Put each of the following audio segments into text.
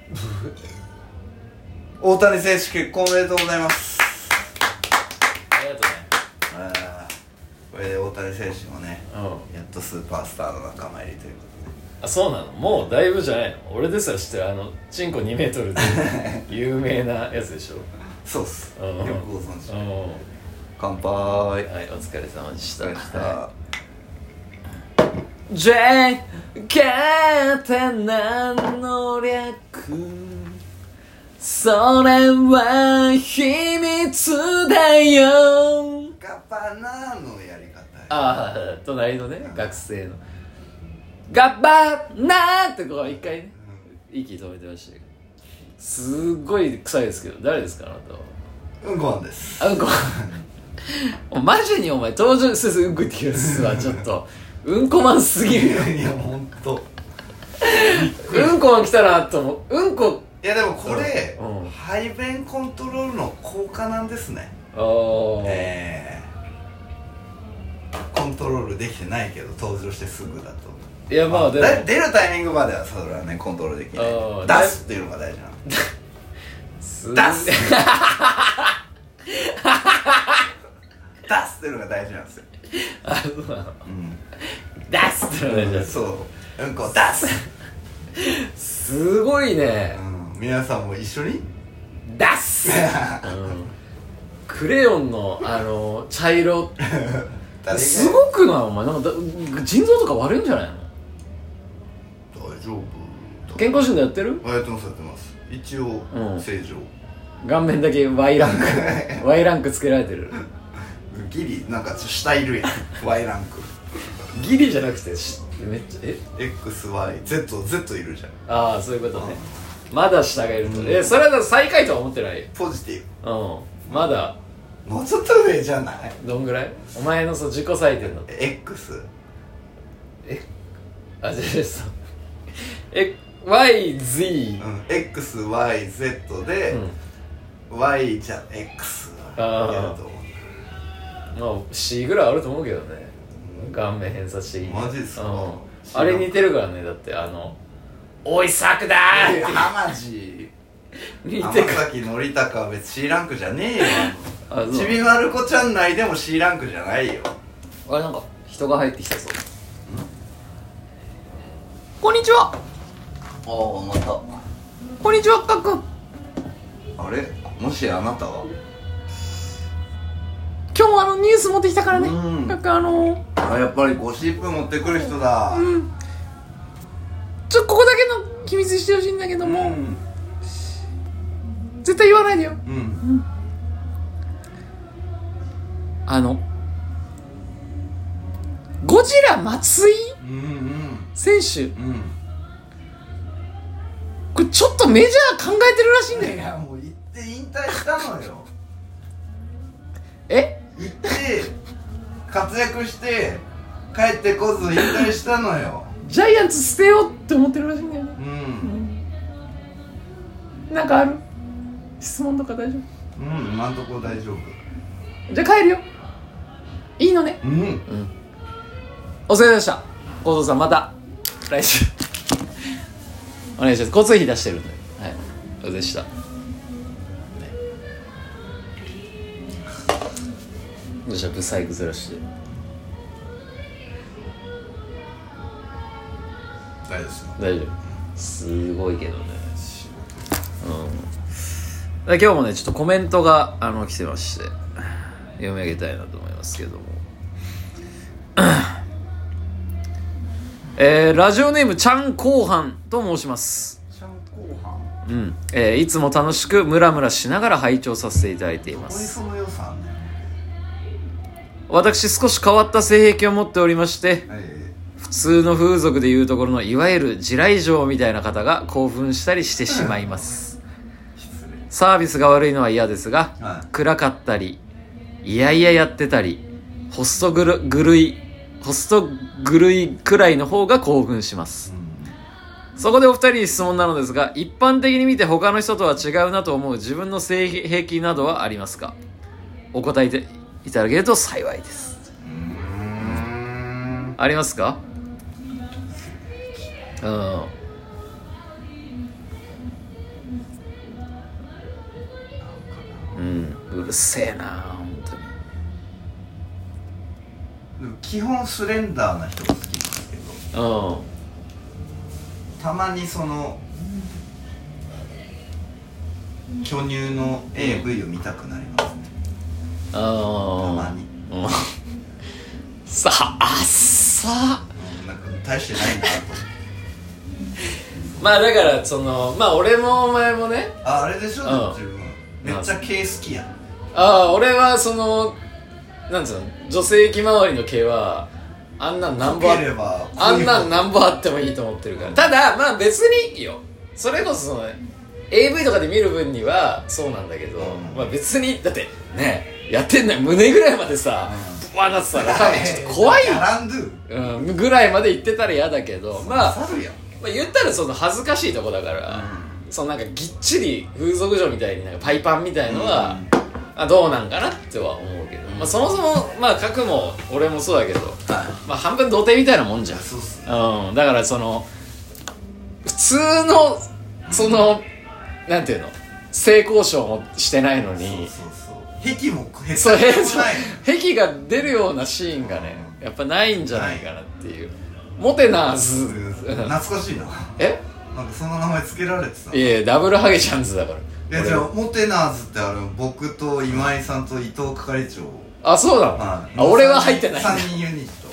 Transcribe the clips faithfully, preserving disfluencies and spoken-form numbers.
大谷選手結婚おめでとうございます。 ありがとうね。 あこれで大谷選手もね、 うん、 やっとスーパースターの仲間入りということで。 あ、そうなの。もうだいぶじゃないの。俺ですら知ってるあのチンコにメートルで有名なやつでしょ。 そうっす、 うん、 よくご存知。 うん、 乾杯。 はい、お疲れ様でした。 ジェイケって何の略、それは秘密だよ。 ガバナーのやり方。 ああ、隣のね、うん、学生のガバナーってこう一回ね、うん、息止めてましたけど、すっごい臭いですけど、誰ですかあなたは。 うんこマンです。 あ、うんこマンマジにお前登場するうんこ言ってきますわ。ちょっとうんこマンすぎるよ。 いやほんとうんこマン来たなと思う。うんこ、 いやでもこれ、 うん、 排便コントロールの効果なんですね。 あー、 えー、コントロールできてないけど登場してすぐだと。 いやまあでも出るタイミングまではそれはねコントロールできない。出すっていうのが大事なの。出す出すっていうのが大事なんですよ。 あ、そうなの、うん、出すっていうのが大事なんです。 そう、うんこ出すすごいね、 うん、皆さんも一緒に出す、うん、クレヨンのあの茶色すごくない？お前なんか腎臓とか悪いんじゃないの？ 大丈夫。 健康診断やってる？ あ、やってますやってます。一応、うん、正常。顔面だけ Y ランクY ランクつけられてる。 ギリなんか下いるやんY ランクギリじゃなくてめっちゃえエックスワイゼットゼット いるじゃん。 ああ、そういうことね。まだ下がいると、うん、え、それは最下位とは思ってない。 ポジティブ。うん、まだもうちょっと上じゃない？ どんぐらい？お前のそう自己採点の X えあ、じゃあそうえ ワイゼット、 うん、エックスワイゼット で、うん、Y じゃ X ああ、まあ C ぐらいあると思うけどね、顔面偏差値。 マジっすか？うん、 あれ似てるからね。だってあのおいさくだーってハマジ似てる。浜崎のりたかは別 C ランクじゃねえよ。あ、ちびまる子ちゃん内でも C ランクじゃないよ。 あれ、なんか人が入ってきたぞ。こんにちは。 ああ、またこんにちは、かっくん。 あれ、もしあなたは今日もあのニュース持ってきたからね。なんかあのー、あ、やっぱりゴシップ持ってくる人だ。うん、 ちょっとここだけの秘密にしてほしいんだけども、うん、絶対言わないでよ。うん、うん、あのゴジラ松井選手、うんうん、これちょっとメジャー考えてるらしいんだよ。 いや、もう行って引退したのよ。 え？ 行って活躍して帰ってこず引退したのよ。 ジャイアンツ捨てようって思ってるらしいんだよね。うん、うん、なんかある？質問とか大丈夫？ うん、今んとこ大丈夫。 じゃあ帰るよ。いいのね。うん、うん、お疲れ様でした。お父さん、また来週お願いします。交通費出してるんで。はい、お疲れ様でした。どうした？ブサイクずらして大丈夫です。 大丈夫。すごいけどね。うん。今日もねちょっとコメントがあの来てまして読み上げたいなと思いますけどもえー、ラジオネームちゃん後半と申します。 ちゃん後半。 うん。えー、いつも楽しくムラムラしながら拝聴させていただいています。 その予算ね。 私少し変わった性癖を持っておりまして、はい、普通の風俗でいうところのいわゆる地雷嬢みたいな方が興奮したりしてしまいますサービスが悪いのは嫌ですが、はい、暗かったりいやいややってたりホストぐるぐるいホストぐるいくらいの方が興奮します、うん、そこでお二人に質問なのですが、一般的に見て他の人とは違うなと思う自分の性癖などはありますか？お答えていただけると幸いです。うーん、ありますか？うん。 うるせえな本当に。 でも基本スレンダーな人が好きなんだけど、 うん、 たまにその巨乳の エーブイ を見たくなりますね。 あたまに、 うん、さああっさなんか大してないなとまあだからそのまあ俺もお前もね、 ああれでしょ、 うん、 自分めっちゃ毛好きやん。 ああ俺はそのなんつうの女性器周りの毛はあんなんなんぼああんなんなんぼあってもいいと思ってるから。ただまあ別にいいよ、それこそその エーブイ とかで見る分にはそうなんだけど、うん、まあ別にだってねやってんのよ胸ぐらいまでさ、うん、わなってたら多分ちょっと怖い、うん、ぐらいまで言ってたら嫌だけど、まあ、まあ言ったらその恥ずかしいとこだから、うん、そのなんかぎっちり風俗嬢みたいになんかパイパンみたいのは、うん、あどうなんかなっては思うけど、うん、まあそもそもまあ角も俺もそうだけど、はい、まあ半分童貞みたいなもんじゃん。 そうっすね、 うん、だからその普通のそのなんていうの性交渉もしてないのに、 そうそうそう癖もへそう癖が出るようなシーンがねやっぱないんじゃないかなっていう。モテナーズ懐かしいな。 えなんかその名前付けられてた。 いやダブルハゲチャンズだから。 いやじゃあモテナーズってあの僕と今井さんと伊藤係長。 あそうなの、はい、あ俺は入ってない。 さんにんユニット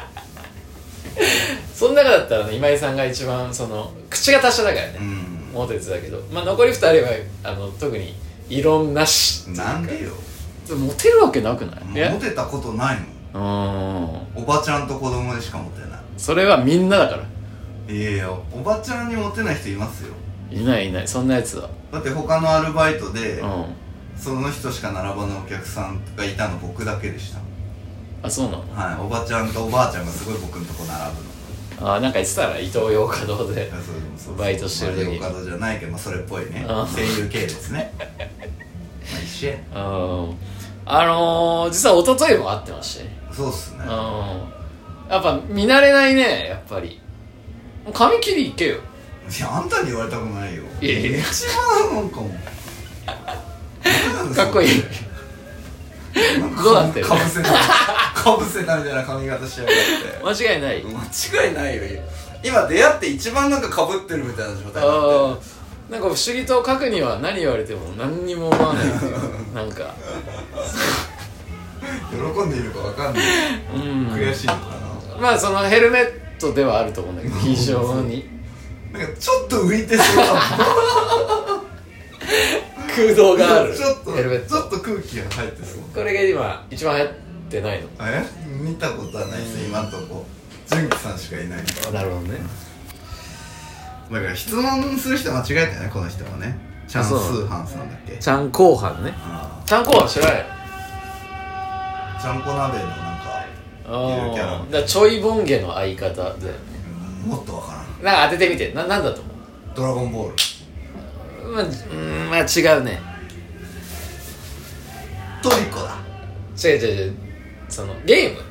その中だったらね今井さんが一番その口が達者だからね、うん、モテてたけど、まあ残りふたりはあの特に異論なし。 なんでよモテるわけなくない？ モテたことないもん。おばちゃんと子供でしかモテない。 それはみんなだから。 いやいやおばちゃんにモテない人いますよ。 いないいないそんなやつは。 だって他のアルバイトで、うん、その人しか並ばないお客さんがいたの僕だけでした。 あそうなの。 はいおばちゃんとおばあちゃんがすごい僕のとこ並ぶの。 あなんか言ってたら伊東洋華堂でバイトしてる時に。 洋華堂じゃないけど、まあ、それっぽいね声優系ですねまあ一緒や。 うんあのー、実は一昨日も会ってまして。 そうっすね。うんやっぱ見慣れないねやっぱり。髪切り行けよ。 いやあんたに言われたくないよ。 いやいや一番なんかもかっこいいどうなってるかぶせたかぶせたみたいな髪型しやがって間違いない。 間違いないよ。今出会って一番なんかかぶってるみたいな状態になってる。 なんか不思議と書くには何言われても何にも思わないっていうなんか喜んでいるか分かんない、うん、悔しいのかな。 まあそのヘルメットではあると思うんだけど非常になんかちょっと浮いてそうだもん空洞があるちょっとヘルメットちょっと空気が入ってそう。 これが今一番流行ってないの。 え見たことはないです、今んとこ純喜さんしかいない。 なるほどね。 だから質問する人間違えたよねこの人はね。チャンスーハンさんだっけ。 チャンコーハンね。チャンコーハン知らない。 ちゃんこ鍋のなんかいるキャラ。 だからちょいボンゲの相方で、 うん、もっとわからん。 なんか当ててみて。な、なんだと思う。 ドラゴンボール。まあ、うん、まあ違うね。 トリコだ。 違う違う違う。そのゲーム。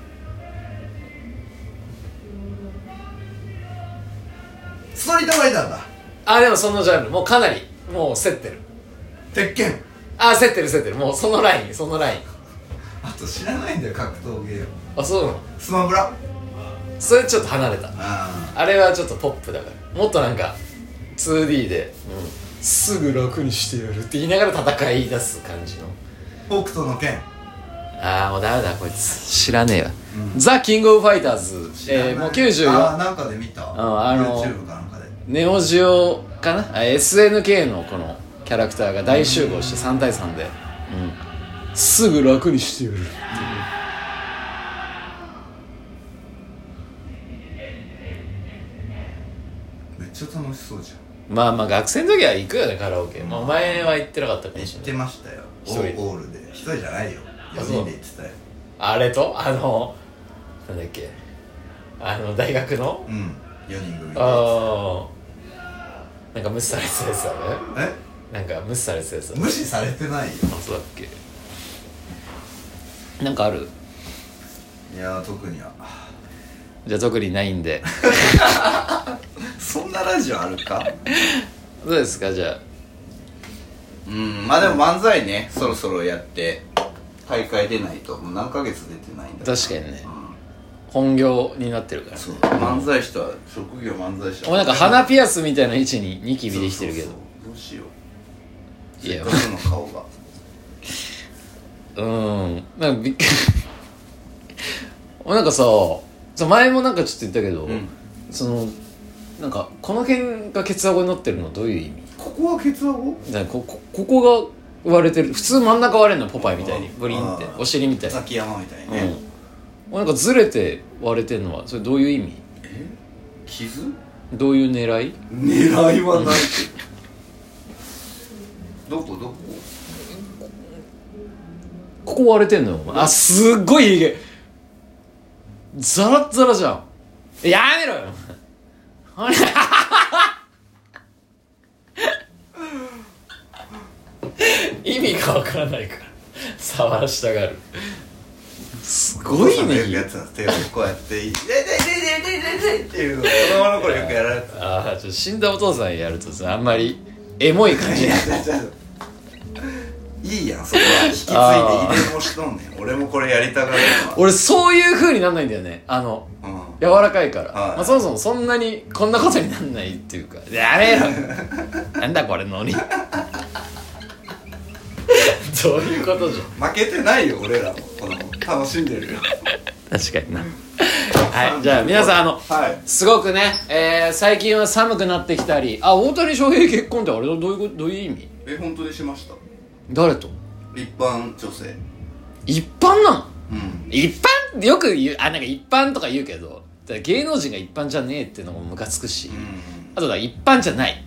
ストリートファイターだ。 あでもそのジャンルもうかなりもう競ってる。 鉄拳。 あ競ってる競ってるもうそのラインそのライン。 あと知らないんだよ格闘ゲーム。 あそうなの。 スマブラ。 それちょっと離れた。 ああれはちょっとポップだからもっとなんか ツーディー で、うん、すぐ楽にしてやるって言いながら戦い出す感じの。 北斗の拳。 ああもうダメだこいつ知らねえわ、うん、ザ・キングオブファイターズ、えー、もうきゅうじゅうよん。 ああなんかで見た、うん、あの YouTube かなんかでネオジオかなあ エスエヌケー のこのキャラクターが大集合してさんたいさんで、うん、すぐ楽にしてやるっていう、 めっちゃ楽しそうじゃん。 まあまあ学生の時は行くよねカラオケ、まあ、お前は行ってなかったかもしれない。 行ってましたよ一人オールで。一人じゃないよよにんで行ってたよ。 あれとあのなんだっけあの大学のうんよにん組で。 ああなんか無視されてたやつだね。 えなんか無視されてたやつだね。 無視されてないよ。 あそうだっけ。なんかある。 いや特にはじゃあ特にないんでそんなラジオあるか。 どうですかじゃあうんまあでも漫才ねそろそろやって大会出ないともう何ヶ月出てないんだ確かにね、うん、本業になってるから、ね、 そう漫才師とは職業漫才師は俺なんか鼻ピアスみたいな位置にニキビできてるけどそうそうそうどうしよういやせっかくの顔がうんなんかびっくり俺なんかさ前もなんかちょっと言ったけど、うん、そのなんかこの辺がケツアゴになってるのはどういう意味？ ここはケツアゴ？ だここここが割れてる。普通真ん中割れるのポパイみたいにブリンってお尻みたいなザキヤマみたいにね、 うん、なんかずれて割れてるのはそれどういう意味？ え傷？ どういう狙い？ 狙いはないどこどこ？ ここ割れてんのよ。あすっごいいい毛ザラッザラじゃん。やめろよ意味がわからないから触らしたがる。すごいね。 やつなんです手をこうやって「ででででででで」っていうの子供の頃よくやられてた。 ああちょっと死んだお父さんやるとさあんまりエモい感じになるいいやんそこは引き継いで入れもしとんねん俺もこれやりたがるわ。 俺そういう風になんないんだよねあの、うん、柔らかいから、はいまあ、そもそもそんなにこんなことになんないっていうかやめろなんだこれのにどういうことじゃ負けてないよ俺らもこの楽しんでるよ確かになはいじゃあ皆さんあの、はい、すごくね、えー、最近は寒くなってきたりあ大谷翔平結婚ってあれどういうどういう意味？ え本当にしました。 誰と？ 一般女性。 一般なの？ うん。 一般よく言うあなんか一般とか言うけど芸能人が一般じゃねえっていうのもムカつくし、うん、あとだ一般じゃない